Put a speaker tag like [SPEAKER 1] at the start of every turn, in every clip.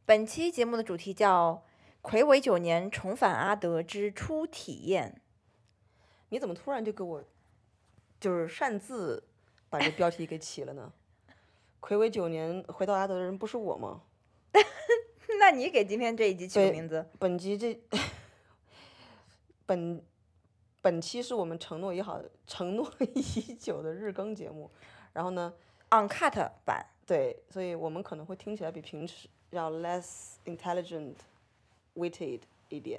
[SPEAKER 1] 本期节目的主题叫“睽违9年重返阿德之初体验”。
[SPEAKER 2] 你怎么突然就给我就是擅自把这标题给起了呢？睽违9年回到阿德的人不是我吗？
[SPEAKER 1] 那你给今天这一集起个名字？
[SPEAKER 2] 本集这本期是我们承诺已久的日更节目，然后呢
[SPEAKER 1] ，uncut 版。
[SPEAKER 2] 对，所以我们可能会听起来比平时要 less intelligent witted 一点。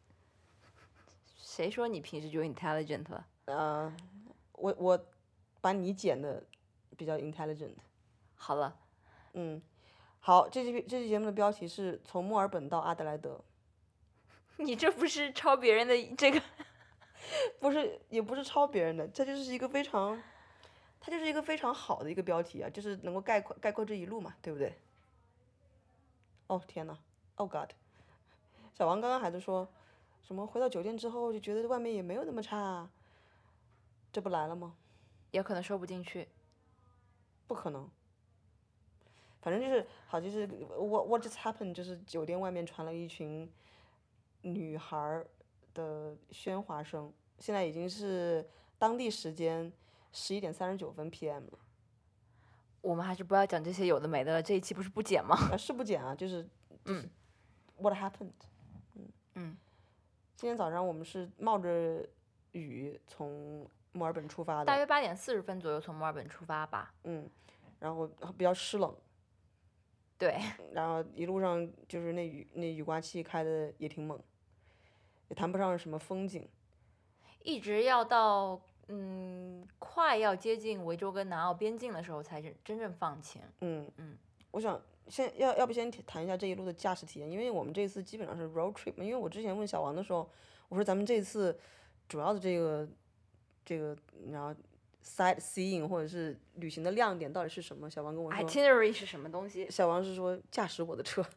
[SPEAKER 1] 谁说你平时就 intelligent 了？
[SPEAKER 2] 我把你剪的比较 intelligent。
[SPEAKER 1] 好了，
[SPEAKER 2] 好，这期节目的标题是从墨尔本到阿德莱德。
[SPEAKER 1] 你这不是抄别人的这个？
[SPEAKER 2] 不是，也不是抄别人的，它就是一个非常好的一个标题啊，就是能够概括这一路嘛，对不对？哦天呐，哦 God，小王刚刚还在说什么回到酒店之后就觉得外面也没有那么差，这不来了吗？
[SPEAKER 1] 也可能说不进去。
[SPEAKER 2] 不可能，反正就是好，就是 what just happened，就是酒店外面传了一群女孩的喧哗声，现在已经是当地时间11:39 PM 了。
[SPEAKER 1] 我们还是不要讲这些有的没的了，这一期不是不剪吗？
[SPEAKER 2] 是不减啊，就是 what happened。今天早上我们是冒着雨从墨尔本出发的，
[SPEAKER 1] 大约8:40左右从墨尔本出发吧。
[SPEAKER 2] 然后比较湿冷。
[SPEAKER 1] 对。
[SPEAKER 2] 然后一路上就是那雨刮器开的也挺猛，也谈不上什么风景。
[SPEAKER 1] 一直要到快要接近维州跟南澳边境的时候才真正放晴。
[SPEAKER 2] 我想要不先谈一下这一路的驾驶体验，因为我们这次基本上是 road trip。因为我之前问小王的时候，我说咱们这次主要的这个然后 sightseeing 或者是旅行的亮点到底是什么？小王跟我说
[SPEAKER 1] itinerary 是什么东西？
[SPEAKER 2] 小王是说驾驶我的车，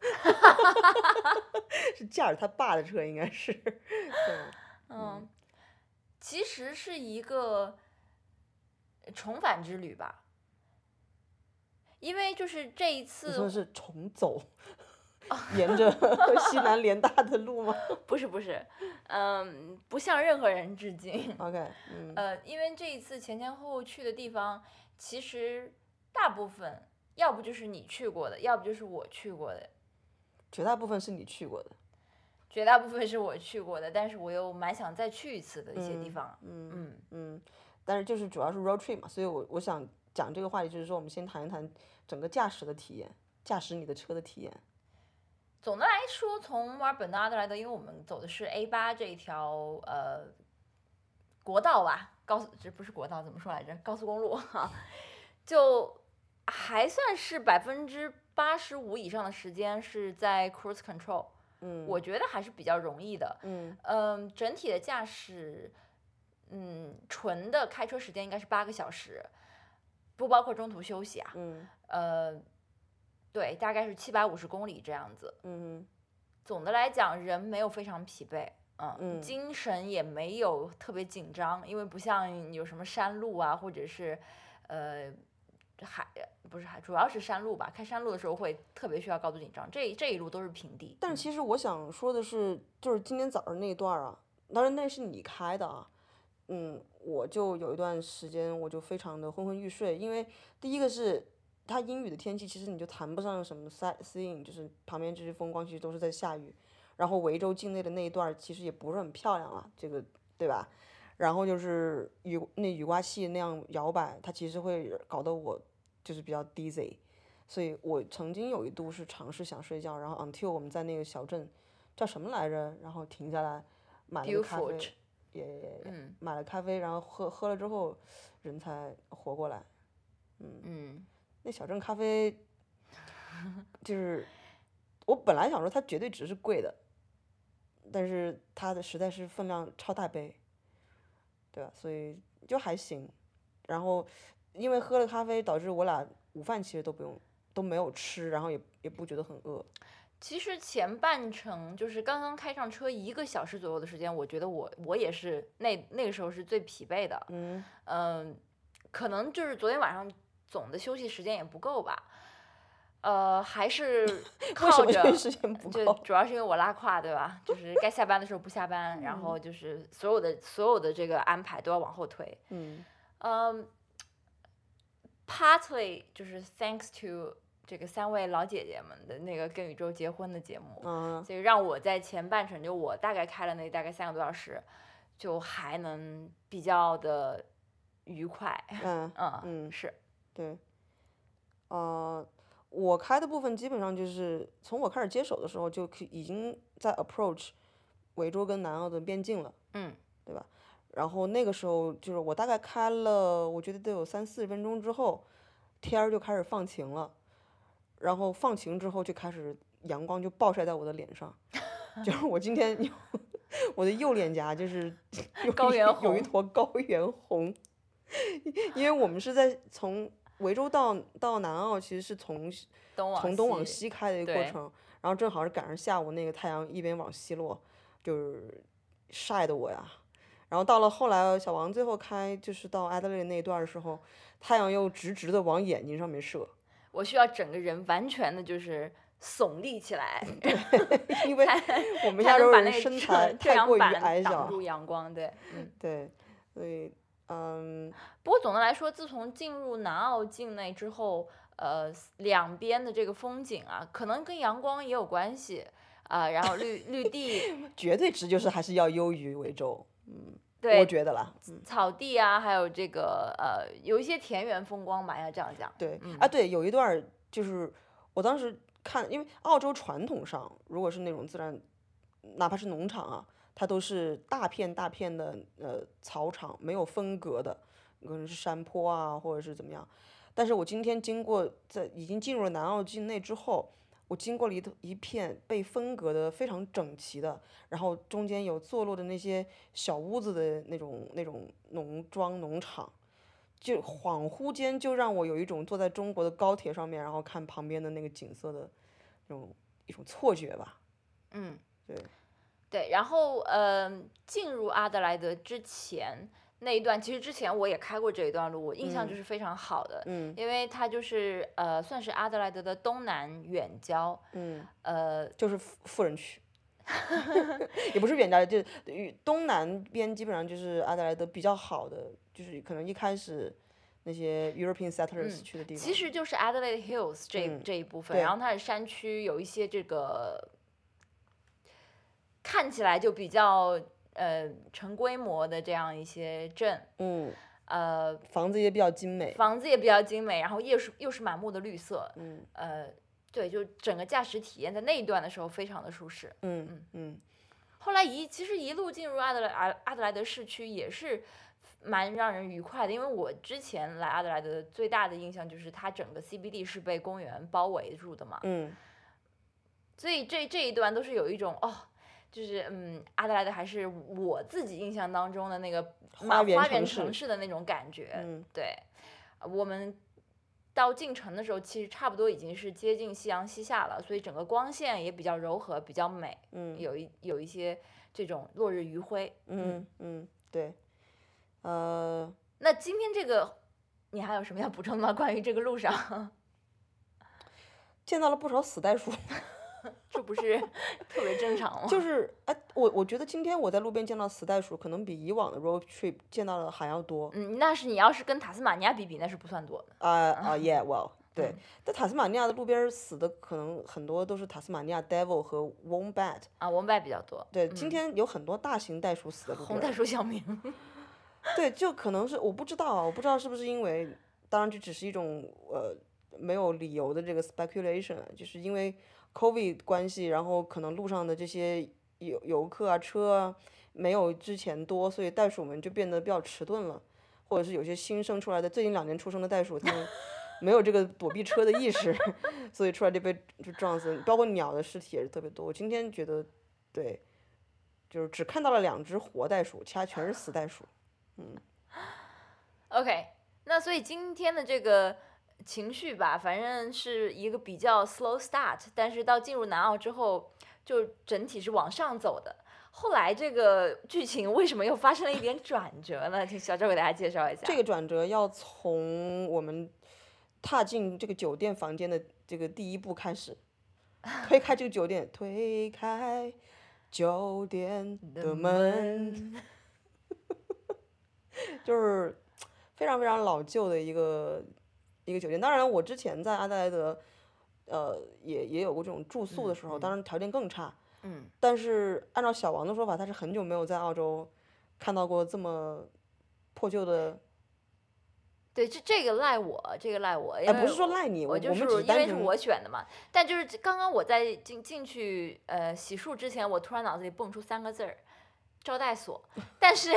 [SPEAKER 2] 是驾驶他爸的车，应该是。对，
[SPEAKER 1] 其实是一个重返之旅吧。因为就是这一次，
[SPEAKER 2] 你说的是重走，沿着西南联大的路吗？
[SPEAKER 1] 不是，不向任何人致敬。
[SPEAKER 2] OK，
[SPEAKER 1] 因为这一次前后去的地方，其实大部分要不就是你去过的，要不就是我去过的。
[SPEAKER 2] 绝大部分是你去过的。
[SPEAKER 1] 绝大部分是我去过的，但是我又蛮想再去一次的一些地方。
[SPEAKER 2] 但是就是主要是 road trip 嘛，所以我想讲这个话题，就是说我们先谈一谈整个驾驶的体验，驾驶你的车的体验。
[SPEAKER 1] 总的来说，从墨尔本到阿德莱德，因为我们走的是 A8这一条国道吧，这不是国道，怎么说来着？高速公路哈，就还算是85%以上的时间是在 cruise control。我觉得还是比较容易的。整体的驾驶，纯的开车时间应该是8个小时，不包括中途休息啊。对，大概是750公里这样子。总的来讲，人没有非常疲惫，精神也没有特别紧张，因为不像有什么山路啊，或者是不是主要是山路吧，开山路的时候会特别需要高度紧张。这一路都是平地。
[SPEAKER 2] 但是其实我想说的是，就是今天早上那一段啊，当然那是你开的啊。我就有一段时间我就非常的昏昏欲睡，因为第一个是它阴雨的天气，其实你就谈不上什么 sightseeing，就是旁边这些风光其实都是在下雨。然后维州境内的那一段其实也不是很漂亮了，这个对吧？然后就是雨刮器那样摇摆，它其实会搞得我就是比较 dizzy，所以我曾经有一度是尝试想睡觉，然后 until 我们在那个小镇叫什么来着，然后停下来买了个咖啡，买了咖啡，然后喝了之后人才活过来。那小镇咖啡就是我本来想说它绝对值是贵的，但是它的实在是分量超大杯，对吧？所以就还行。然后因为喝了咖啡，导致我俩午饭其实都没有吃，然后也不觉得很饿。
[SPEAKER 1] 其实前半程就是刚刚开上车1个小时左右的时间，我觉得我也是那个时候是最疲惫的。可能就是昨天晚上总的休息时间也不够吧。 还是
[SPEAKER 2] 为什
[SPEAKER 1] 靠着，
[SPEAKER 2] 么这个时间不
[SPEAKER 1] 就
[SPEAKER 2] 够？
[SPEAKER 1] 主要是因为我拉胯，对吧？就是该下班的时候不下班，然后就是所有的这个安排都要往后推。
[SPEAKER 2] 嗯
[SPEAKER 1] partly 就是 thanks to 这个3位老姐姐们的那个跟宇宙结婚的节目，所以让我在前半程就我大概开了那大概3个多小时，就还能比较的愉快。是，
[SPEAKER 2] 对，我开的部分基本上就是从我开始接手的时候就已经在 approach 维州跟南澳的边境了，对吧？然后那个时候就是我大概开了，我觉得得有30-40分钟之后，天儿就开始放晴了，然后放晴之后就开始阳光就暴晒在我的脸上，就是我今天我的右脸颊就是
[SPEAKER 1] 高原红
[SPEAKER 2] 有一坨高原红，因为我们是从维州到南澳，其实是从东往西开的一个过程，然后正好是赶上下午那个太阳一边往西落，就是晒的我呀。然后到了后来，小王最后开就是到艾德雷那一段的时候，太阳又直直的往眼睛上面射，
[SPEAKER 1] 我需要整个人完全的就是耸立起来，
[SPEAKER 2] 因为我们亚洲人身材太过于矮小，
[SPEAKER 1] 挡住阳光，对，
[SPEAKER 2] 对，所以
[SPEAKER 1] 不过总的来说，自从进入南澳境内之后，两边的这个风景啊，可能跟阳光也有关系啊，然后绿地
[SPEAKER 2] 绝对值就是还是要优于维州，
[SPEAKER 1] 对，
[SPEAKER 2] 我觉得啦，
[SPEAKER 1] 草地啊，还有这个有一些田园风光吧，要这样讲。
[SPEAKER 2] 对，对，有一段就是我当时看，因为澳洲传统上，如果是那种自然，哪怕是农场啊，它都是大片大片的草场，没有分隔的，可能是山坡啊，或者是怎么样。但是我今天经过已经进入了南澳境内之后，我经过了一片被分隔的非常整齐的，然后中间有坐落的那些小屋子的那种农庄农场，就恍惚间就让我有一种坐在中国的高铁上面，然后看旁边的那个景色的一种错觉吧。
[SPEAKER 1] 对，然后进入阿德莱德之前那一段，其实之前我也开过这一段路，我印象就是非常好的，因为它就是算是阿德莱德的东南远郊，
[SPEAKER 2] 就是富人区，也不是远郊，就是东南边基本上就是阿德莱德比较好的，就是可能一开始那些 European settlers 去的地方，
[SPEAKER 1] 其实就是 Adelaide Hills 这一部分，然后它是山区，有一些这个看起来就比较成规模的这样一些镇，
[SPEAKER 2] 房子也比较精美，
[SPEAKER 1] 然后又是满目的绿色，对，就整个驾驶体验在那一段的时候非常的舒适，后来其实一路进入阿德莱德市区也是蛮让人愉快的，因为我之前来阿德莱德最大的印象就是它整个 CBD 是被公园包围住的嘛，所以这一段都是有一种就是阿德莱德还是我自己印象当中的那个花园城市的那种感觉，对，我们到进城的时候其实差不多已经是接近夕阳西下了，所以整个光线也比较柔和，比较美，有一些这种落日余晖，
[SPEAKER 2] 对，
[SPEAKER 1] 那今天这个你还有什么要补充的吗？关于这个路上
[SPEAKER 2] 见到了不少死袋鼠。
[SPEAKER 1] 这不是特别正常吗？
[SPEAKER 2] 就是我觉得今天我在路边见到死袋鼠，可能比以往的 road trip 见到的还要多。
[SPEAKER 1] 那是你要是跟塔斯马尼亚比，那是不算多的。
[SPEAKER 2] Yeah, well，对，在塔斯马尼亚的路边死的可能很多都是塔斯马尼亚 devil 和 wombat。
[SPEAKER 1] wombat 比较多。
[SPEAKER 2] 对，今天有很多大型袋鼠死在路边。
[SPEAKER 1] 红袋鼠小明。
[SPEAKER 2] 对，就可能是我不知道是不是因为，当然这只是一种没有理由的这个 speculation，就是因为 COVID 关系，然后可能路上的这些游客啊车啊没有之前多，所以袋鼠们就变得比较迟钝了，或者是有些新生出来的最近2年出生的袋鼠，它们没有这个躲避车的意识，所以出来就撞死，包括鸟的尸体也是特别多。我今天觉得，对，就是只看到了2只活袋鼠，其他全是死袋鼠。
[SPEAKER 1] OK， 那所以今天的这个情绪吧，反正是一个比较 slow start， 但是到进入南澳之后，就整体是往上走的。后来这个剧情为什么又发生了一点转折呢？请小周给大家介绍一下。
[SPEAKER 2] 这个转折要从我们踏进这个酒店房间的这个第一步开始，推开这个酒店，推开酒店的门，就是非常非常老旧的一个酒店。当然，我之前在阿德莱德，也有过这种住宿的时候，当然条件更差。但是按照小王的说法，他是很久没有在澳洲看到过这么破旧的。
[SPEAKER 1] 对，这个赖我，这个赖我，因
[SPEAKER 2] 哎，
[SPEAKER 1] 为
[SPEAKER 2] 不是说赖你，
[SPEAKER 1] 我就
[SPEAKER 2] 们只
[SPEAKER 1] 是因为是
[SPEAKER 2] 是单纯
[SPEAKER 1] 我选的嘛。但就是刚刚我在进去洗漱之前，我突然脑子里蹦出3个字儿，招待所。但是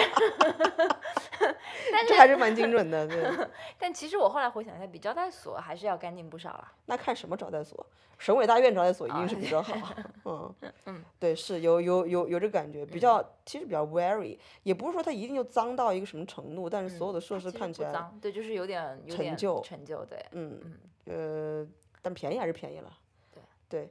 [SPEAKER 2] 这还是蛮精准的，对。
[SPEAKER 1] 但其实我后来回想一下，比招待所还是要干净不少啦。
[SPEAKER 2] 那看什么招待所，省委大院招待所一
[SPEAKER 1] 啊
[SPEAKER 2] 定是比较好。对，是有这个感觉，其实比较 very，也不是说它一定就脏到一个什么程度，但是所有的设施
[SPEAKER 1] 其实
[SPEAKER 2] 看起来
[SPEAKER 1] 不脏，对，就是有点
[SPEAKER 2] 陈旧，
[SPEAKER 1] 陈旧，对。
[SPEAKER 2] 但便宜还是便宜了。
[SPEAKER 1] 对，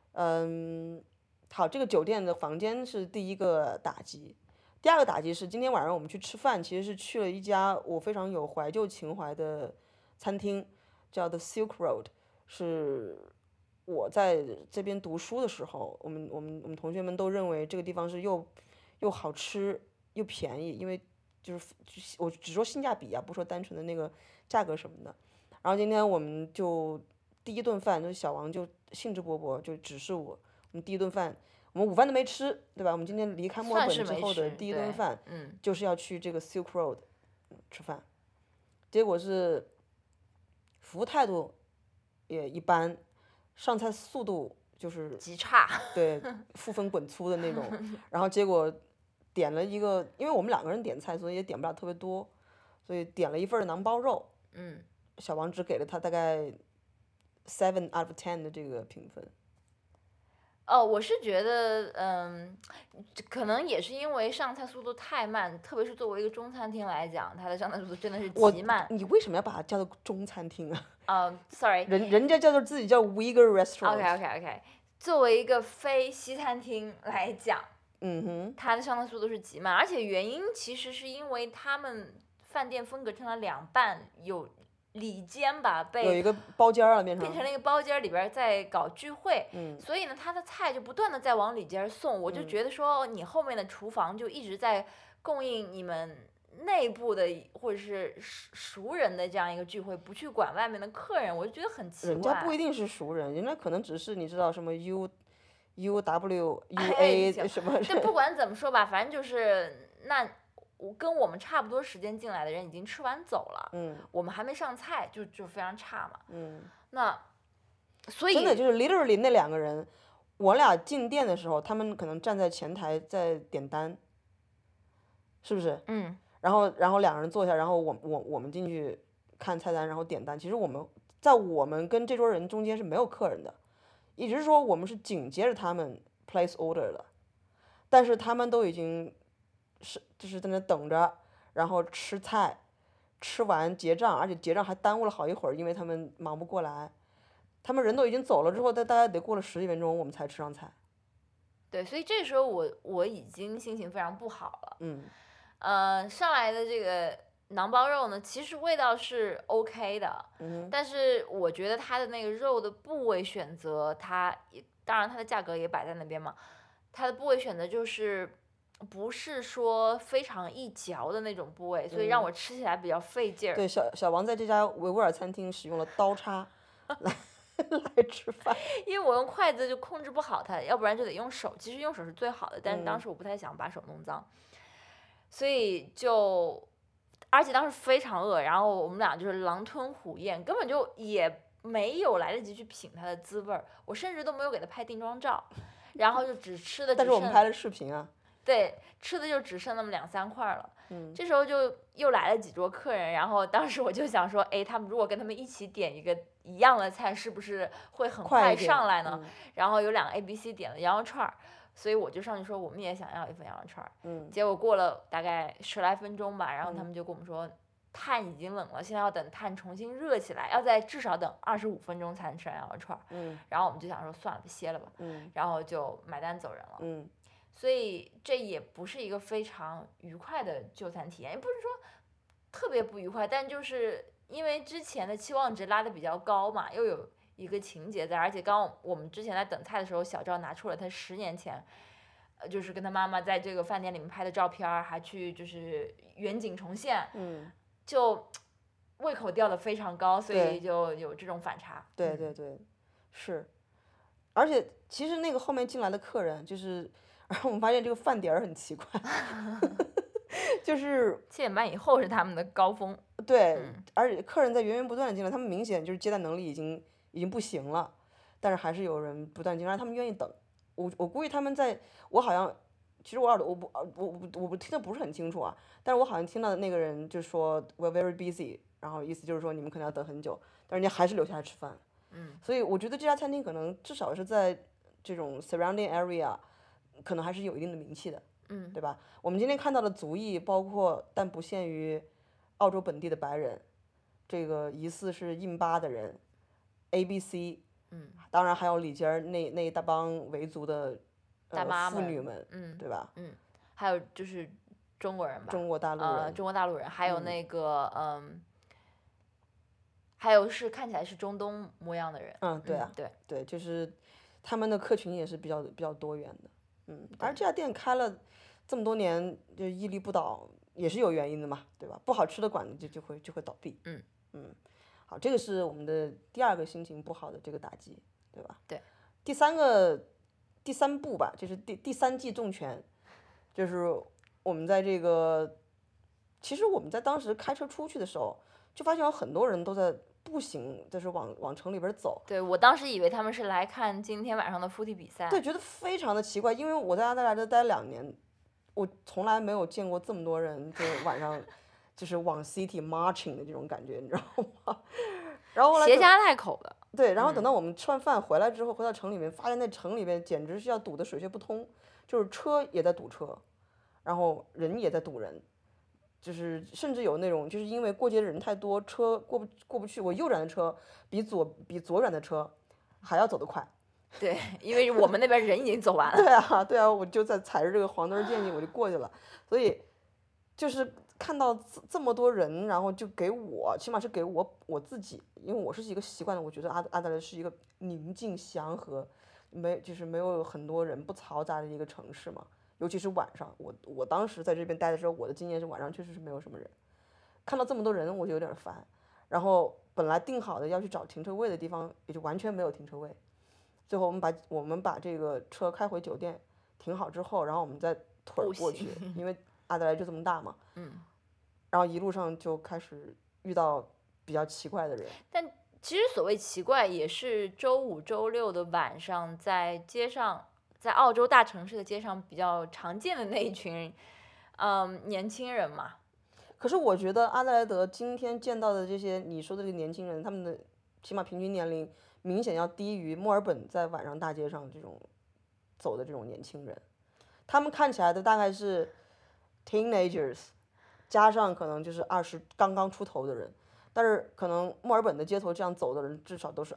[SPEAKER 2] 好，这个酒店的房间是第一个打击。第二个打击是今天晚上我们去吃饭，其实是去了一家我非常有怀旧情怀的餐厅，叫 The Silk Road， 是我在这边读书的时候，我们同学们都认为这个地方是又好吃又便宜，因为就是我只说性价比啊，不说单纯的那个价格什么的。然后今天我们就第一顿饭，就小王就兴致勃勃就指示我们第一顿饭。我们午饭都没吃，对吧？我们今天离开墨尔本之后的第一顿饭，就是要去这个 Silk Road 吃饭。结果是服务态度也一般，上菜速度就是
[SPEAKER 1] 极差。
[SPEAKER 2] 对，负分滚粗的那种。然后结果点了一个，因为我们2个人点菜，所以也点不了特别多，所以点了一份馕包肉。小王只给了他大概7 out of 10的这个评分。
[SPEAKER 1] 我是觉得，可能也是因为上菜速度太慢，特别是作为一个中餐厅来讲，它的上菜速度真的是极慢。
[SPEAKER 2] 你为什么要把它叫做中餐厅啊
[SPEAKER 1] ？Sorry，
[SPEAKER 2] 人家叫做自己叫 Uyghur Restaurant。
[SPEAKER 1] OK，作为一个非西餐厅来讲，它的上菜速度是极慢，而且原因其实是因为他们饭店分隔成了2半，有里间吧，
[SPEAKER 2] 有一个包间了，变
[SPEAKER 1] 成了一个包间，里边在搞聚会，所以呢，他的菜就不断的在往里间送，我就觉得说，你后面的厨房就一直在供应你们内部的或者是熟人的这样一个聚会，不去管外面的客人，我就觉得很奇怪。
[SPEAKER 2] 人家不一定是熟人，人家可能只是你知道什么 UWUA 什么。
[SPEAKER 1] 这不管怎么说吧，反正就是那。跟我们差不多时间进来的人已经吃完走了，我们还没上菜，就非常差嘛，那所以
[SPEAKER 2] 真的就是 literally 那2个人，我俩进店的时候，他们可能站在前台在点单，是不是？然后2个人坐下，然后我们进去看菜单，然后点单。其实我们跟这桌人中间是没有客人的，也就是说我们是紧接着他们 place order 的，但是他们都已经。就是在那等着，然后吃菜，吃完结账，而且结账还耽误了好一会儿，因为他们忙不过来。他们人都已经走了之后，大概得过了10几分钟，我们才吃上菜。
[SPEAKER 1] 对，所以这时候我已经心情非常不好了。上来的这个馕包肉呢，其实味道是 OK 的，但是我觉得它的那个肉的部位选择，当然它的价格也摆在那边嘛，它的部位选择就是不是说非常易嚼的那种部位，所以让我吃起来比较费劲儿。
[SPEAKER 2] 对，小王在这家维吾尔餐厅使用了刀叉来吃饭，
[SPEAKER 1] 因为我用筷子就控制不好它，要不然就得用手。其实用手是最好的，但是当时我不太想把手弄脏，所以而且当时非常饿，然后我们俩就是狼吞虎咽，根本就也没有来得及去品它的滋味儿，我甚至都没有给它拍定妆照，然后就只吃的。
[SPEAKER 2] 但是我们拍了视频啊。
[SPEAKER 1] 对，吃的就只剩那么2、3块了。这时候就又来了几桌客人，然后当时我就想说，他们如果跟他们一起点一个一样的菜，是不是会很快上来呢？然后有2个 ABC 点了羊肉串儿，所以我就上去说我们也想要一份羊肉串儿。结果过了大概10来分钟吧，然后他们就跟我们说，碳已经冷了，现在要等碳重新热起来，要再至少等25分钟才能吃上羊肉串儿。然后我们就想说算了，歇了吧。然后就买单走人了。所以这也不是一个非常愉快的就餐体验，也不是说特别不愉快，但就是因为之前的期望值拉得比较高嘛，又有一个情节在，而且刚我们之前在等菜的时候，小赵拿出了他10年前，就是跟他妈妈在这个饭店里面拍的照片，还去就是远景重现，就胃口吊得非常高，所以就有这种反差。
[SPEAKER 2] 对对对，是，而且其实那个后面进来的客人，就是然后我们发现这个饭点儿很奇怪，就是
[SPEAKER 1] 7点半以后是他们的高峰。
[SPEAKER 2] 对，而且客人在源源不断的进来，他们明显就是接待能力已经不行了，但是还是有人不断进来，他们愿意等。我估计他们我好像，其实我听的不是很清楚啊，但是我好像听到的那个人就说 we're very busy，然后意思就是说你们可能要等很久，但人家还是留下来吃饭。所以我觉得这家餐厅可能至少是在这种 surrounding area，可能还是有一定的名气的，对吧？我们今天看到的族裔，包括但不限于澳洲本地的白人，这个疑似是印巴的人，ABC，当然还有里间那一大帮维族的
[SPEAKER 1] 大妈
[SPEAKER 2] 妇女们，对吧？
[SPEAKER 1] 还有就是中国人吧，
[SPEAKER 2] 中国大陆人，
[SPEAKER 1] 中国大陆人，还有那个还有是看起来是中东模样的人。
[SPEAKER 2] 对啊，对，就是他们的客群也是比较多元的，而这家店开了这么多年，就屹立不倒，也是有原因的嘛，对吧？不好吃的馆子就会倒闭。好，这个是我们的第2个心情不好的这个打击，对吧？
[SPEAKER 1] 对。
[SPEAKER 2] 第三步吧，就是第3记重拳，就是我们在这个，其实我们在当时开车出去的时候，就发现有很多人都在步行，就是往城里边走。
[SPEAKER 1] 对，我当时以为他们是来看今天晚上的附体比赛。
[SPEAKER 2] 对，觉得非常的奇怪，因为我在阿德莱德待2年，我从来没有见过这么多人就晚上就是往 city marching 的这种感觉，你知道吗？然后后来
[SPEAKER 1] 携家带口的。
[SPEAKER 2] 对，然后等到我们吃完饭回来之后，回到城里面，发现那城里面简直是要堵得水泄不通，就是车也在堵车，然后人也在堵人，就是甚至有那种就是因为过节的人太多，车过不去，我右转的车比左转的车还要走得快。
[SPEAKER 1] 对，因为我们那边人已经走完了。
[SPEAKER 2] 对啊，我就在踩着这个黄灯渐进我就过去了，所以就是看到这么多人，然后就给我，起码是给我自己，因为我是一个习惯的，我觉得阿德莱是一个宁静祥和，就是没有很多人不嘈杂的一个城市嘛，尤其是晚上，我当时在这边待的时候，我的经验是晚上确实是没有什么人，看到这么多人我就有点烦，然后本来定好的要去找停车位的地方也就完全没有停车位。最后我们把这个车开回酒店停好之后，然后我们再腿过去，因为阿德莱就这么大嘛，然后一路上就开始遇到比较奇怪的人。
[SPEAKER 1] 但其实所谓奇怪，也是周5、周6的晚上在街上，在澳洲大城市的街上比较常见的那一群，年轻人嘛。
[SPEAKER 2] 可是我觉得阿德莱德今天见到的这些你说的这个年轻人，他们的起码平均年龄明显要低于墨尔本在晚上大街上这种走的这种年轻人，他们看起来的大概是 teenagers， 加上可能就是20刚刚出头的人，但是可能墨尔本的街头这样走的人至少都是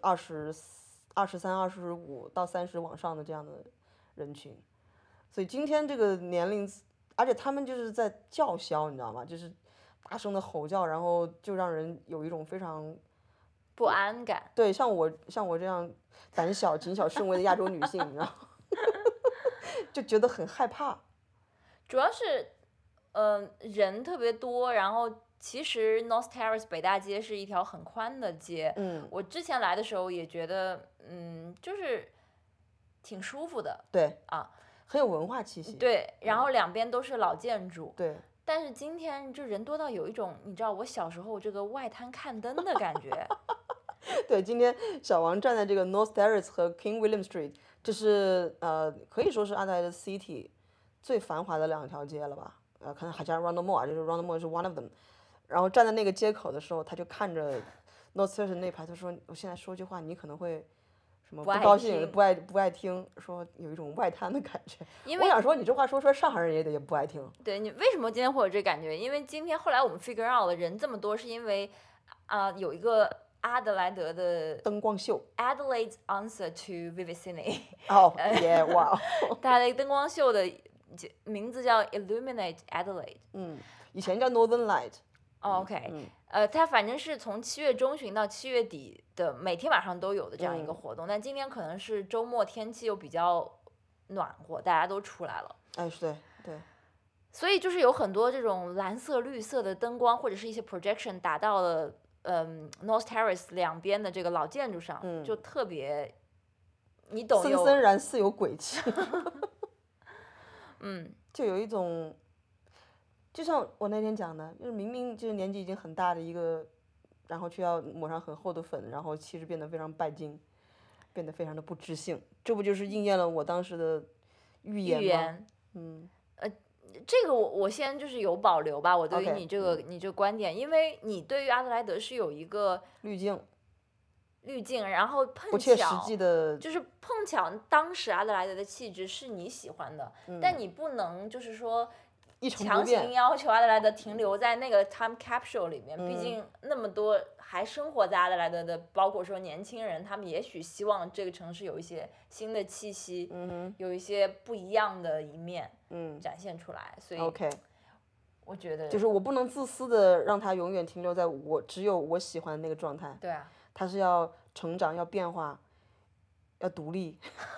[SPEAKER 2] 23、25到30往上的这样的人群，所以今天这个年龄，而且他们就是在叫嚣，你知道吗？就是大声的吼叫，然后就让人有一种非常
[SPEAKER 1] 不安感。
[SPEAKER 2] 对，像我这样胆小、谨小慎微的亚洲女性，你知道吗？就觉得很害怕。
[SPEAKER 1] 主要是，人特别多，然后其实 North Terrace 北大街是一条很宽的街。我之前来的时候也觉得，就是挺舒服的。
[SPEAKER 2] 对
[SPEAKER 1] 啊，
[SPEAKER 2] 很有文化气息。
[SPEAKER 1] 对，然后两边都是老建筑。
[SPEAKER 2] 对。
[SPEAKER 1] 但是今天就人多到有一种，你知道我小时候这个外滩看灯的感觉。
[SPEAKER 2] 对，今天小王站在这个 North Terrace 和 King William Street， 这是可以说是阿德莱德 City 最繁华的2条街了吧？可能还加 Roundel Mall， 就是 Roundel Mall 是 one of them。然后站在那个街口的时候，他就看着 North Terrace 那排，他说：“我现在说句话，你可能会什么不高兴，不爱听，说有一种外滩的感觉。”我想说，你这话说上海人也不爱听。
[SPEAKER 1] 对，你为什么今天会有这感觉？因为今天后来我们 figure out 了，人这么多是因为有一个阿德莱德的
[SPEAKER 2] 灯光秀
[SPEAKER 1] ，Adelaide's Answer to Vivicini。
[SPEAKER 2] 哇！
[SPEAKER 1] 它的灯光秀的名字叫 Illuminate Adelaide。
[SPEAKER 2] 以前叫 Northern Light。
[SPEAKER 1] OK，它反正是从7月中旬到7月底的每天晚上都有的这样一个活动，但今天可能是周末，天气又比较暖和，大家都出来了。
[SPEAKER 2] 哎，是对。
[SPEAKER 1] 所以就是有很多这种蓝色、绿色的灯光，或者是一些 projection 打到了North Terrace 两边的这个老建筑上，就特别，你懂
[SPEAKER 2] 森森然似有鬼气。就有一种，就像我那天讲的，就是明明就是年纪已经很大的一个，然后却要抹上很厚的粉，然后气质变得非常拜金，变得非常的不知性，这不就是应验了我当时的预言吗？
[SPEAKER 1] 这个我先就是有保留吧，我对于你这个观点，因为你对于阿德莱德是有一个
[SPEAKER 2] 滤镜，
[SPEAKER 1] 然后
[SPEAKER 2] 不切实际的，
[SPEAKER 1] 就是碰巧当时阿德莱德的气质是你喜欢的，但你不能就是说强行要求阿德莱德停留在那个 time capsule 里面，毕竟那么多还生活在阿德莱德的，包括说年轻人，他们也许希望这个城市有一些新的气息，有一些不一样的一面，展现出来。所以
[SPEAKER 2] OK，
[SPEAKER 1] 我觉得
[SPEAKER 2] 就是我不能自私的让他永远停留在只有我喜欢的那个状态。
[SPEAKER 1] 对啊，
[SPEAKER 2] 他是要成长，要变化，要独立。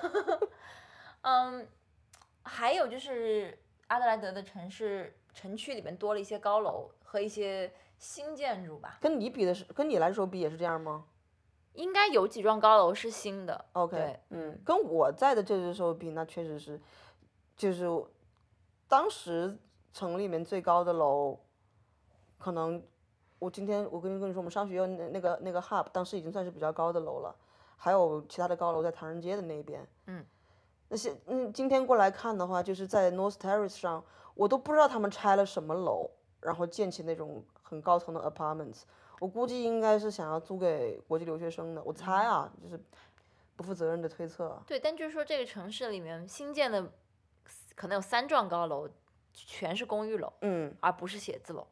[SPEAKER 1] 还有就是阿德莱德的城区里面多了一些高楼和一些新建筑吧。
[SPEAKER 2] 跟你来说比也是这样吗？
[SPEAKER 1] 应该有几幢高楼是新的。
[SPEAKER 2] OK，跟我在的这时候比，那确实是，就是当时城里面最高的楼，可能我跟你说，我们商学院那个 hub 当时已经算是比较高的楼了，还有其他的高楼在唐人街的那边。那些今天过来看的话，就是在 North Terrace 上，我都不知道他们拆了什么楼，然后建起那种很高层的 apartments。我估计应该是想要租给国际留学生的，我猜啊，就是不负责任的推测。
[SPEAKER 1] 对，但就是说这个城市里面新建的可能有3幢高楼，全是公寓楼，而不是写字楼。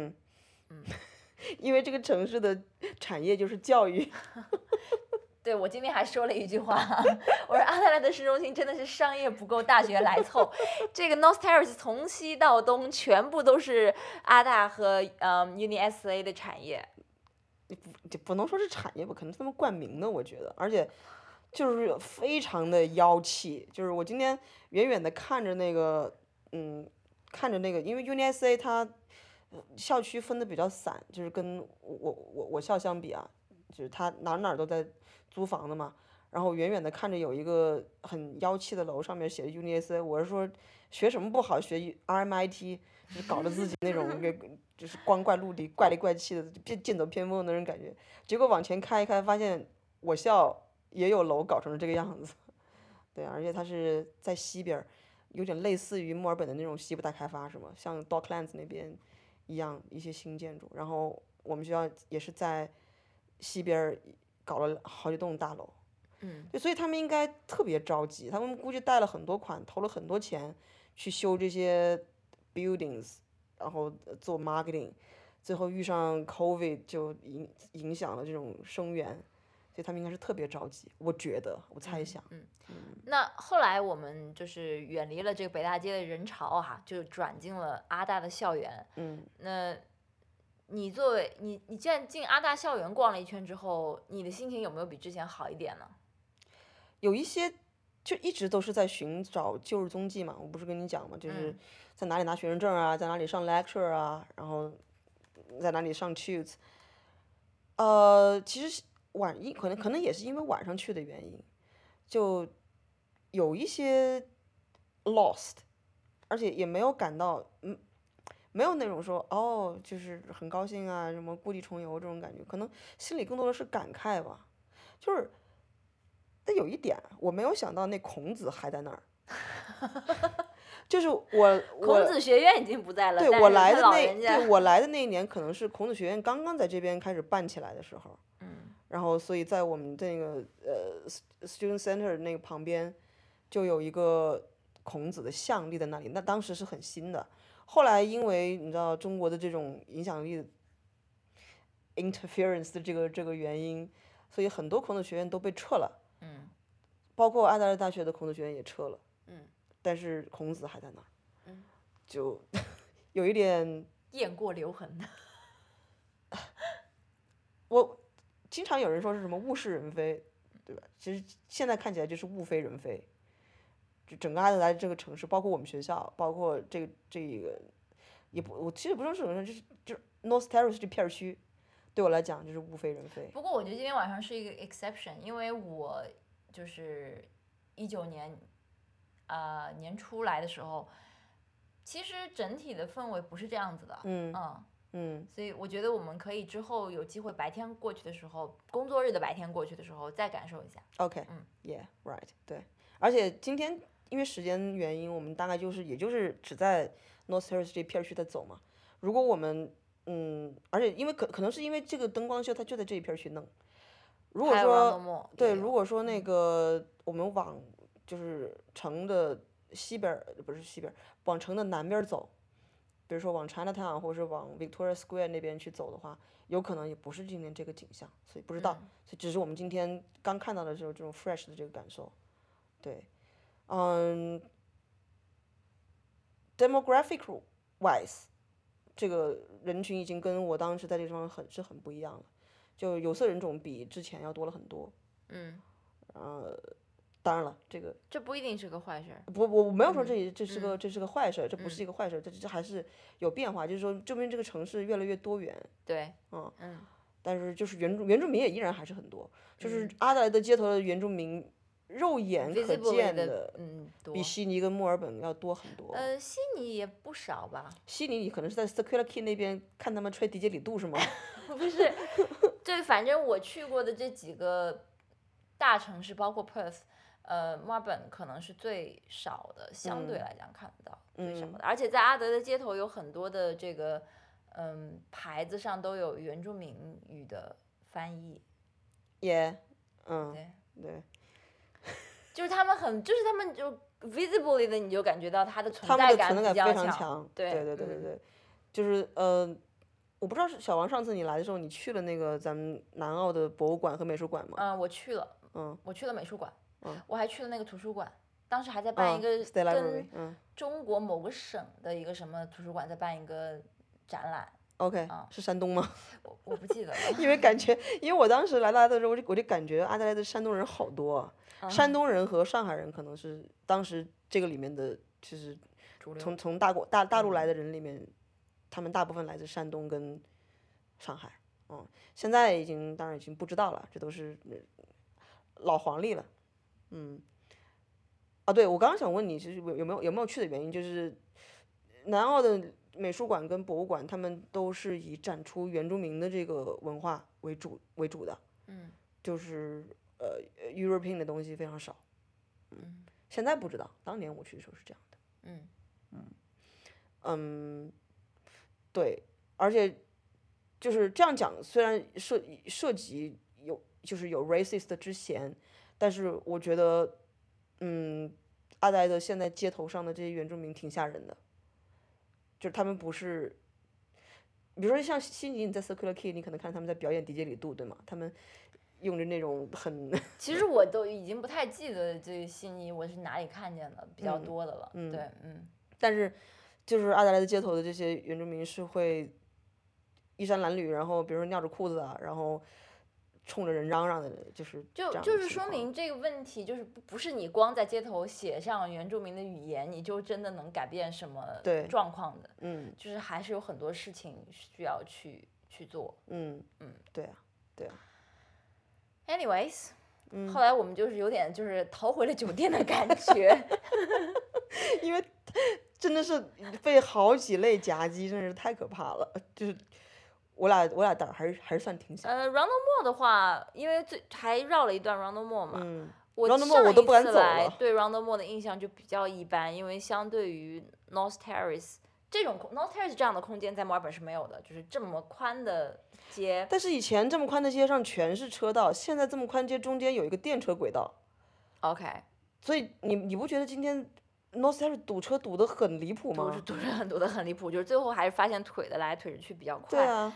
[SPEAKER 2] 因为这个城市的产业就是教育。
[SPEAKER 1] 对，我今天还说了一句话，我说阿德莱德市中心真的是商业不够，大学来凑。这个 North Terrace 从西到东全部都是阿大和UniSA 的产业。
[SPEAKER 2] 你不能说是产业吧，可能是他们冠名的，我觉得，而且就是非常的妖气。就是我今天远远的看着那个，因为 UniSA 它校区分的比较散，就是跟我校相比啊，就是它哪都在租房的嘛。然后远远的看着有一个很妖气的楼，上面写的 UniSA， 我是说学什么不好，学 RMIT，就是搞得自己那种就是光怪陆离、怪里怪气的、剑走偏锋的那种感觉。结果往前开一开，发现我校也有楼搞成了这个样子。对，而且它是在西边，有点类似于墨尔本的那种西部大开发，是吗？像 Docklands 那边一样，一些新建筑。然后我们学校也是在西边搞了好几栋大楼。所以他们应该特别着急，他们估计贷了很多款，投了很多钱去修这些 buildings， 然后做 marketing， 最后遇上 COVID 就影响了这种生源，所以他们应该是特别着急，我觉得，我猜想。
[SPEAKER 1] 那后来我们就是远离了这个北大街的人潮哈，就转进了阿大的校园。那你作为你既然进阿大校园逛了一圈之后，你的心情有没有比之前好一点呢？
[SPEAKER 2] 有一些就一直都是在寻找旧日踪迹嘛，我不是跟你讲嘛，就是在哪里拿学生证啊，在哪里上 lecture 啊，然后在哪里上 tutes。其实可能也是因为晚上去的原因，就有一些 lost， 而且也没有感到没有那种说就是很高兴啊，什么故地重游这种感觉，可能心里更多的是感慨吧，就是。但有一点，我没有想到那孔子还在那儿，就是
[SPEAKER 1] 孔子学院已经不在了。
[SPEAKER 2] 对，我来的那一年，可能是孔子学院刚刚在这边开始办起来的时候。然后，所以在我们这个student center 那个旁边，就有一个孔子的像立在那里。那当时是很新的。后来因为你知道中国的这种影响力 interference 的这个原因，所以很多孔子学院都被撤了。包括阿德莱大学的孔子学院也撤了，但是孔子还在那儿，就有一点
[SPEAKER 1] 雁过留痕。
[SPEAKER 2] 我经常有人说是什么物是人非，对吧？其实现在看起来就是物非人非。就整个阿德莱德这个城市，包括我们学校，包括这个，也不，我其实不是城市，就是 North Terrace 这片区，对我来讲就是物非人非。
[SPEAKER 1] 不过我觉得今天晚上是一个 exception，因为我就是19年年初来的时候，其实整体的氛围不是这样子的。所以我觉得我们可以之后有机会白天过去的时候，工作日的白天过去的时候再感受一下。
[SPEAKER 2] OK，yeah，right，对。而且今天因为时间原因，我们大概也就是只在 North Terrace 这片区在走嘛。如果我们而且因为可能是因为这个灯光秀它就在这一片区弄。如果说对，如果说那个我们往就是城的西边不是西边，往城的南边走，比如说往 Chinatown 或者是往 Victoria Square 那边去走的话，有可能也不是今天这个景象，所以不知道，所以只是我们今天刚看到的这种 fresh 的这个感受。对，demographic wise，这个人群已经跟我当时在这个地方很不一样了，就有色人种比之前要多了很多。当然了，
[SPEAKER 1] 这不一定是个坏事。
[SPEAKER 2] 不，我没有说这是个坏事，这不是一个坏事，这还是有变化，就是说证明这个城市越来越多元。
[SPEAKER 1] 对，
[SPEAKER 2] 但是就是原住民也依然还是很多，就是阿德莱德街头的原住民肉眼可见的，比悉尼跟墨尔本要多很多。
[SPEAKER 1] 悉尼也不少吧？
[SPEAKER 2] 悉尼你可能是在 Circular Quay 那边看他们吹迪杰里杜是吗？
[SPEAKER 1] 不是，对，反正我去过的这几个大城市，包括 Perth。墨尔本可能是最少的，相对来讲看得到最少的，而且在阿德的街头有很多的这个牌子上都有原住民语的翻译。
[SPEAKER 2] 对，
[SPEAKER 1] 就是他们就 visibly 的，你就感觉到它的存
[SPEAKER 2] 在
[SPEAKER 1] 感比较
[SPEAKER 2] 非常强。
[SPEAKER 1] 对，
[SPEAKER 2] 就是我不知道是小王上次你来的时候，你去了那个咱们南澳的博物馆和美术馆吗？
[SPEAKER 1] 我去了，我去了美术馆。我还去了那个图书馆，当时还在办一个跟中国某个省的一个什么图书馆在办一个展览。
[SPEAKER 2] OK，是山东吗？
[SPEAKER 1] 我不记得了。
[SPEAKER 2] 因为我当时来阿德莱德的时候，我就感觉阿德莱德山东人好多，山东人和上海人可能是当时这个里面的，就是从大陆来的人里面，他们大部分来自山东跟上海。现在当然已经不知道了，这都是老黄历了。对，我刚刚想问你，其实有没有去的原因，就是南澳的美术馆跟博物馆，他们都是以展出原住民的这个文化为主的。就是European 的东西非常少。现在不知道，当年我去的时候是这样的。对，而且就是这样讲，虽然涉及就是有 racist 之嫌。但是我觉得，阿德莱德现在街头上的这些原住民挺吓人的，就是他们不是，比如说像悉尼，你在 Circular Quay，你可能看他们在表演迪杰里杜，对吗？他们用着那种很……
[SPEAKER 1] 其实我都已经不太记得这个悉尼我是哪里看见的比较多的了。对，
[SPEAKER 2] 但是就是阿德莱德街头的这些原住民是会衣衫褴褛，然后比如说尿着裤子啊，然后冲着人嚷嚷的，
[SPEAKER 1] 就是说明这个问题就是不是你光在街头写上原住民的语言，你就真的能改变什么状况的。就是还是有很多事情需要去做。
[SPEAKER 2] 对啊。
[SPEAKER 1] Anyways，后来我们就是有点就是逃回了酒店的感觉，
[SPEAKER 2] 因为真的是被好几类夹击，真的是太可怕了，就是。我俩胆儿还是算挺小。
[SPEAKER 1] Roundel Mall 的话，因为还绕了一段 Roundel Mall 嘛。
[SPEAKER 2] Roundel Mall 我都不敢走了。
[SPEAKER 1] 对 Roundel Mall 的印象就比较一般，因为相对于 North Terrace 这种 North Terrace 这样的空间在墨尔本是没有的，就是这么宽的街。
[SPEAKER 2] 但是以前这么宽的街上全是车道，现在这么宽街中间有一个电车轨道。
[SPEAKER 1] OK。
[SPEAKER 2] 所以你不觉得今天 North Terrace 堵车堵得很离谱吗？
[SPEAKER 1] 堵得很离谱，就是最后还是发现腿的来腿去比较快。
[SPEAKER 2] 对啊。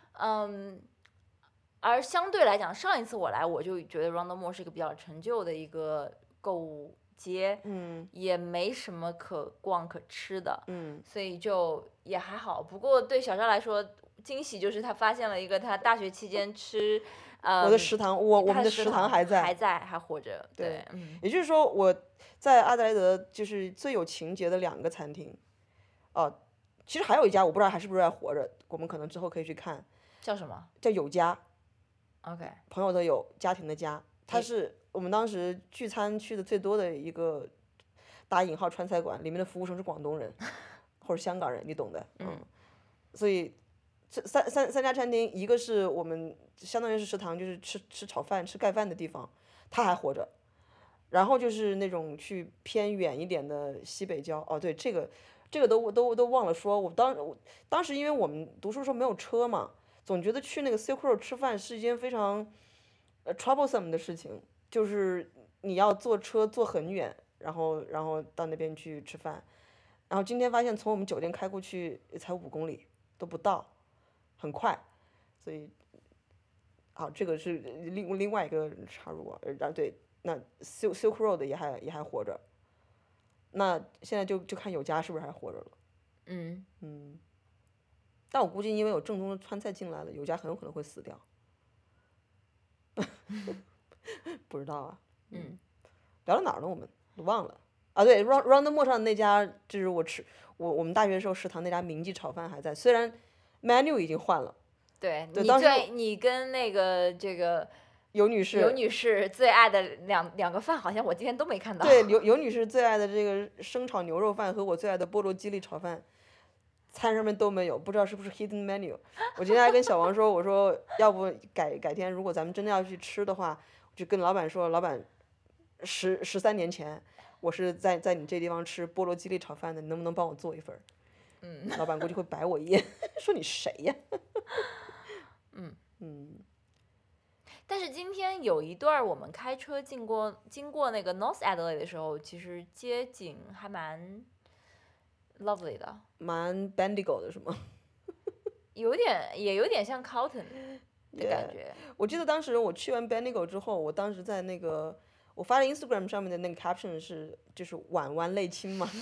[SPEAKER 1] 而相对来讲，上一次我来我就觉得 Roundel Mall 是一个比较陈旧的一个购物街，也没什么可逛可吃的，所以就也还好。不过对小赵来说， 惊喜，就是他发现了一个他大学期间吃，
[SPEAKER 2] 我的食堂，我们的食堂还在，
[SPEAKER 1] 还活着。对，
[SPEAKER 2] 也就是说我在阿德莱德就是最有情节的2个餐厅，其实还有一家我不知道还是不是还活着，我们可能之后可以去看，
[SPEAKER 1] 叫什么
[SPEAKER 2] 叫有家，
[SPEAKER 1] ？OK，
[SPEAKER 2] 朋友的友，家庭的家，它是我们当时聚餐去的最多的一个打引号川菜馆，里面的服务生是广东人或者香港人，你懂的，所以这三家餐厅，一个是我们相当于是食堂，就是吃炒饭、吃盖饭的地方，他还活着。然后就是那种去偏远一点的西北郊，对，这个都忘了说，我当时因为我们读书时候没有车嘛，总觉得去那个 Silk Road 吃饭是一件非常troublesome 的事情，就是你要坐车坐很远，然后到那边去吃饭，然后今天发现从我们酒店开过去才5公里都不到，很快，所以好，这个是另外一个插入啊，对，那 Silk Road 也还活着，那现在就看有家是不是还活着了。但我估计因为有正宗的川菜进来了，有家很有可能会死掉。不知道啊。聊到哪儿了？我们都忘了啊。对，Round More 上那家就是我们大学时候食堂那家铭记炒饭还在，虽然 menu 已经换了。
[SPEAKER 1] 对，
[SPEAKER 2] 当时
[SPEAKER 1] 你跟那个这个
[SPEAKER 2] 尤女
[SPEAKER 1] 士最爱的两个饭，好像我今天都没看到。
[SPEAKER 2] 对，尤女士最爱的这个生炒牛肉饭和我最爱的菠萝鸡粒炒饭，餐上面都没有，不知道是不是 hidden menu。我今天还跟小王说，我说要不改天，如果咱们真的要去吃的话，就跟老板说，老板13年前我是在你这地方吃菠萝鸡粒炒饭的，你能不能帮我做一份？老板估计会白我一眼，说你谁呀？
[SPEAKER 1] 但是今天有一段我们开车经过那个 North Adelaide 的时候，其实街景还蛮 lovely 的，
[SPEAKER 2] 蛮 Bendigo 的是吗？
[SPEAKER 1] 也有点像 Carlton 的感觉。
[SPEAKER 2] 我记得当时我去完 Bendigo 之后，我当时在那个我发的 Instagram 上面的那个 caption 就是婉婉泪倾嘛，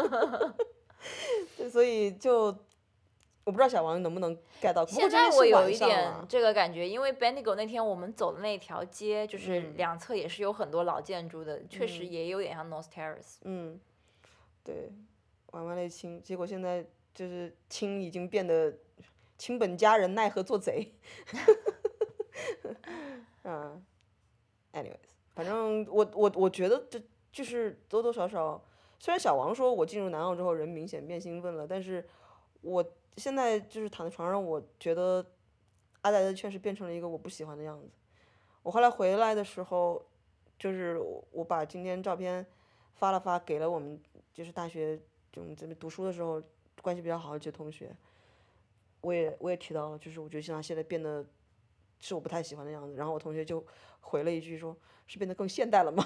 [SPEAKER 2] 所以就我不知道小王能不能 get 到。
[SPEAKER 1] 现在我有一点
[SPEAKER 2] 啊
[SPEAKER 1] 这个感觉，因为 Bendigo 那天我们走的那条街，就是两侧也是有很多老建筑的，确实也有点像 North Terrace。
[SPEAKER 2] 对，婉婉泪倾，结果现在就是亲已经变得亲本家人奈何做贼。anyways， 反正我觉得这就是多多少少，虽然小王说我进入南澳之后人明显变兴奋了，但是我现在就是躺在床上，我觉得阿呆的确实变成了一个我不喜欢的样子。我后来回来的时候，就是我把今天照片发了发给了我们就是大学就我们这边读书的时候关系比较好的几个同学，我也提到了，就是我觉得像他现在变得是我不太喜欢的样子，然后我同学就回了一句说，是变得更现代了吗？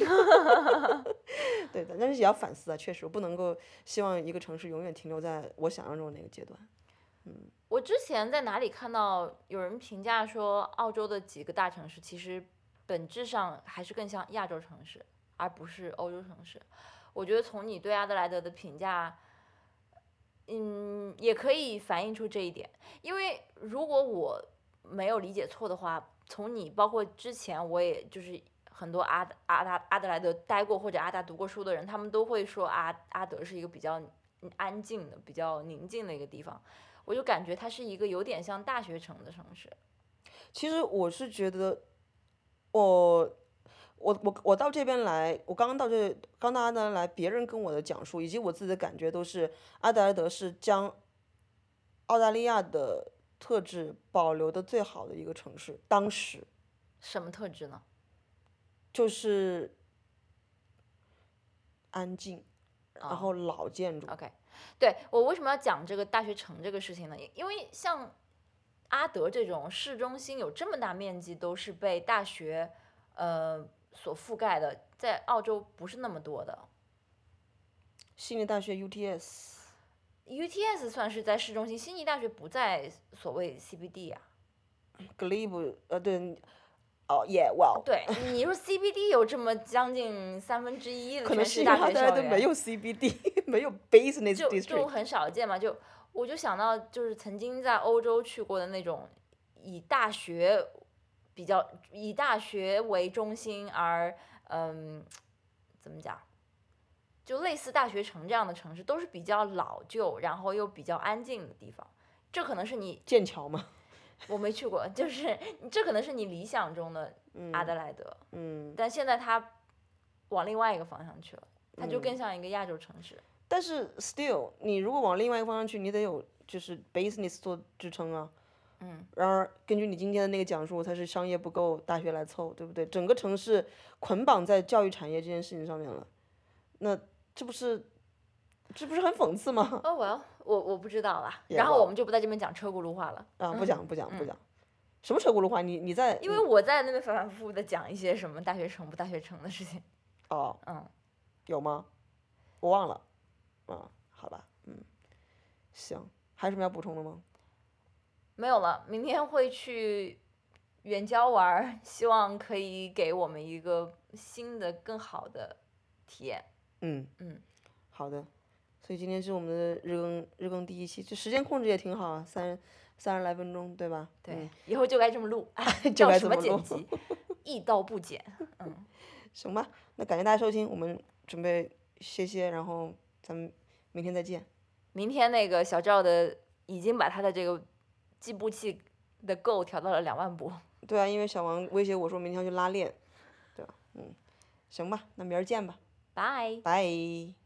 [SPEAKER 2] 对的，但是也要反思啊，确实我不能够希望一个城市永远停留在我想象中的那个阶段。
[SPEAKER 1] 我之前在哪里看到有人评价说，澳洲的几个大城市其实本质上还是更像亚洲城市，而不是欧洲城市。我觉得从你对阿德莱德的评价，也可以反映出这一点。因为如果我没有理解错的话，从你包括之前我也就是很多阿德莱德待过或者阿达读过书的人，他们都会说阿德是一个比较安静的、比较宁静的一个地方。我就感觉它是一个有点像大学城的城市。
[SPEAKER 2] 其实我是觉得，我到这边来，我刚到阿德莱来，别人跟我的讲述以及我自己的感觉都是，阿德莱德是将澳大利亚的特质保留的最好的一个城市。当时
[SPEAKER 1] 什么特质呢？
[SPEAKER 2] 就是安静，然后老建筑。
[SPEAKER 1] OK， 对，我为什么要讲这个大学城这个事情呢？因为像阿德这种市中心有这么大面积都是被大学所覆盖的，在澳洲不是那么多的。
[SPEAKER 2] 悉尼大学 UTS
[SPEAKER 1] 算是在市中心，悉尼大学不在所谓 CBD 啊。
[SPEAKER 2] Glebe 对哦，yeah，well，
[SPEAKER 1] 对，你说 CBD 有这么将近1/3的
[SPEAKER 2] 可能
[SPEAKER 1] 全是大
[SPEAKER 2] 是因为阿
[SPEAKER 1] 学校园，
[SPEAKER 2] 德莱德没有 CBD，没有 business
[SPEAKER 1] 就
[SPEAKER 2] district。
[SPEAKER 1] 很少见嘛。我就想到就是曾经在欧洲去过的那种以大学以大学为中心而怎么讲？就类似大学城这样的城市，都是比较老旧，然后又比较安静的地方。这可能是你
[SPEAKER 2] 剑桥嘛。
[SPEAKER 1] 我没去过，就是这可能是你理想中的阿德莱德，但现在它往另外一个方向去了，它就更像一个亚洲城市。
[SPEAKER 2] 但是 still，你如果往另外一个方向去，你得有就是 business 做支撑啊。然而，根据你今天的那个讲述，它是商业不够，大学来凑，对不对？整个城市捆绑在教育产业这件事情上面了，那这不是很讽刺吗？
[SPEAKER 1] 哦，well，我不知道啦。
[SPEAKER 2] Yeah，
[SPEAKER 1] 然后我们就不在这边讲车轱辘话了。
[SPEAKER 2] 啊，不讲，什么车轱辘话？你在
[SPEAKER 1] 因为我在那边反反复复的讲一些什么大学城不大学城的事情。
[SPEAKER 2] 哦，有吗？我忘了。好吧，行，还有什么要补充的吗？
[SPEAKER 1] 没有了，明天会去远郊玩，希望可以给我们一个新的更好的体验。
[SPEAKER 2] 好的。所以今天是我们的日更第1期，这时间控制也挺好啊，30来分钟，对吧？
[SPEAKER 1] 对，以后就该这么录，
[SPEAKER 2] 就
[SPEAKER 1] 叫什么
[SPEAKER 2] 该这么录
[SPEAKER 1] 剪辑，一刀不剪。
[SPEAKER 2] 行吧，那感谢大家收听，我们准备歇，然后咱们明天再见。
[SPEAKER 1] 明天那个小赵的已经把他的这个计步器的 Go 调到了2万步。
[SPEAKER 2] 对啊，因为小王威胁我说明天要去拉练，对吧？行吧，那明儿见吧，
[SPEAKER 1] 拜。
[SPEAKER 2] 拜。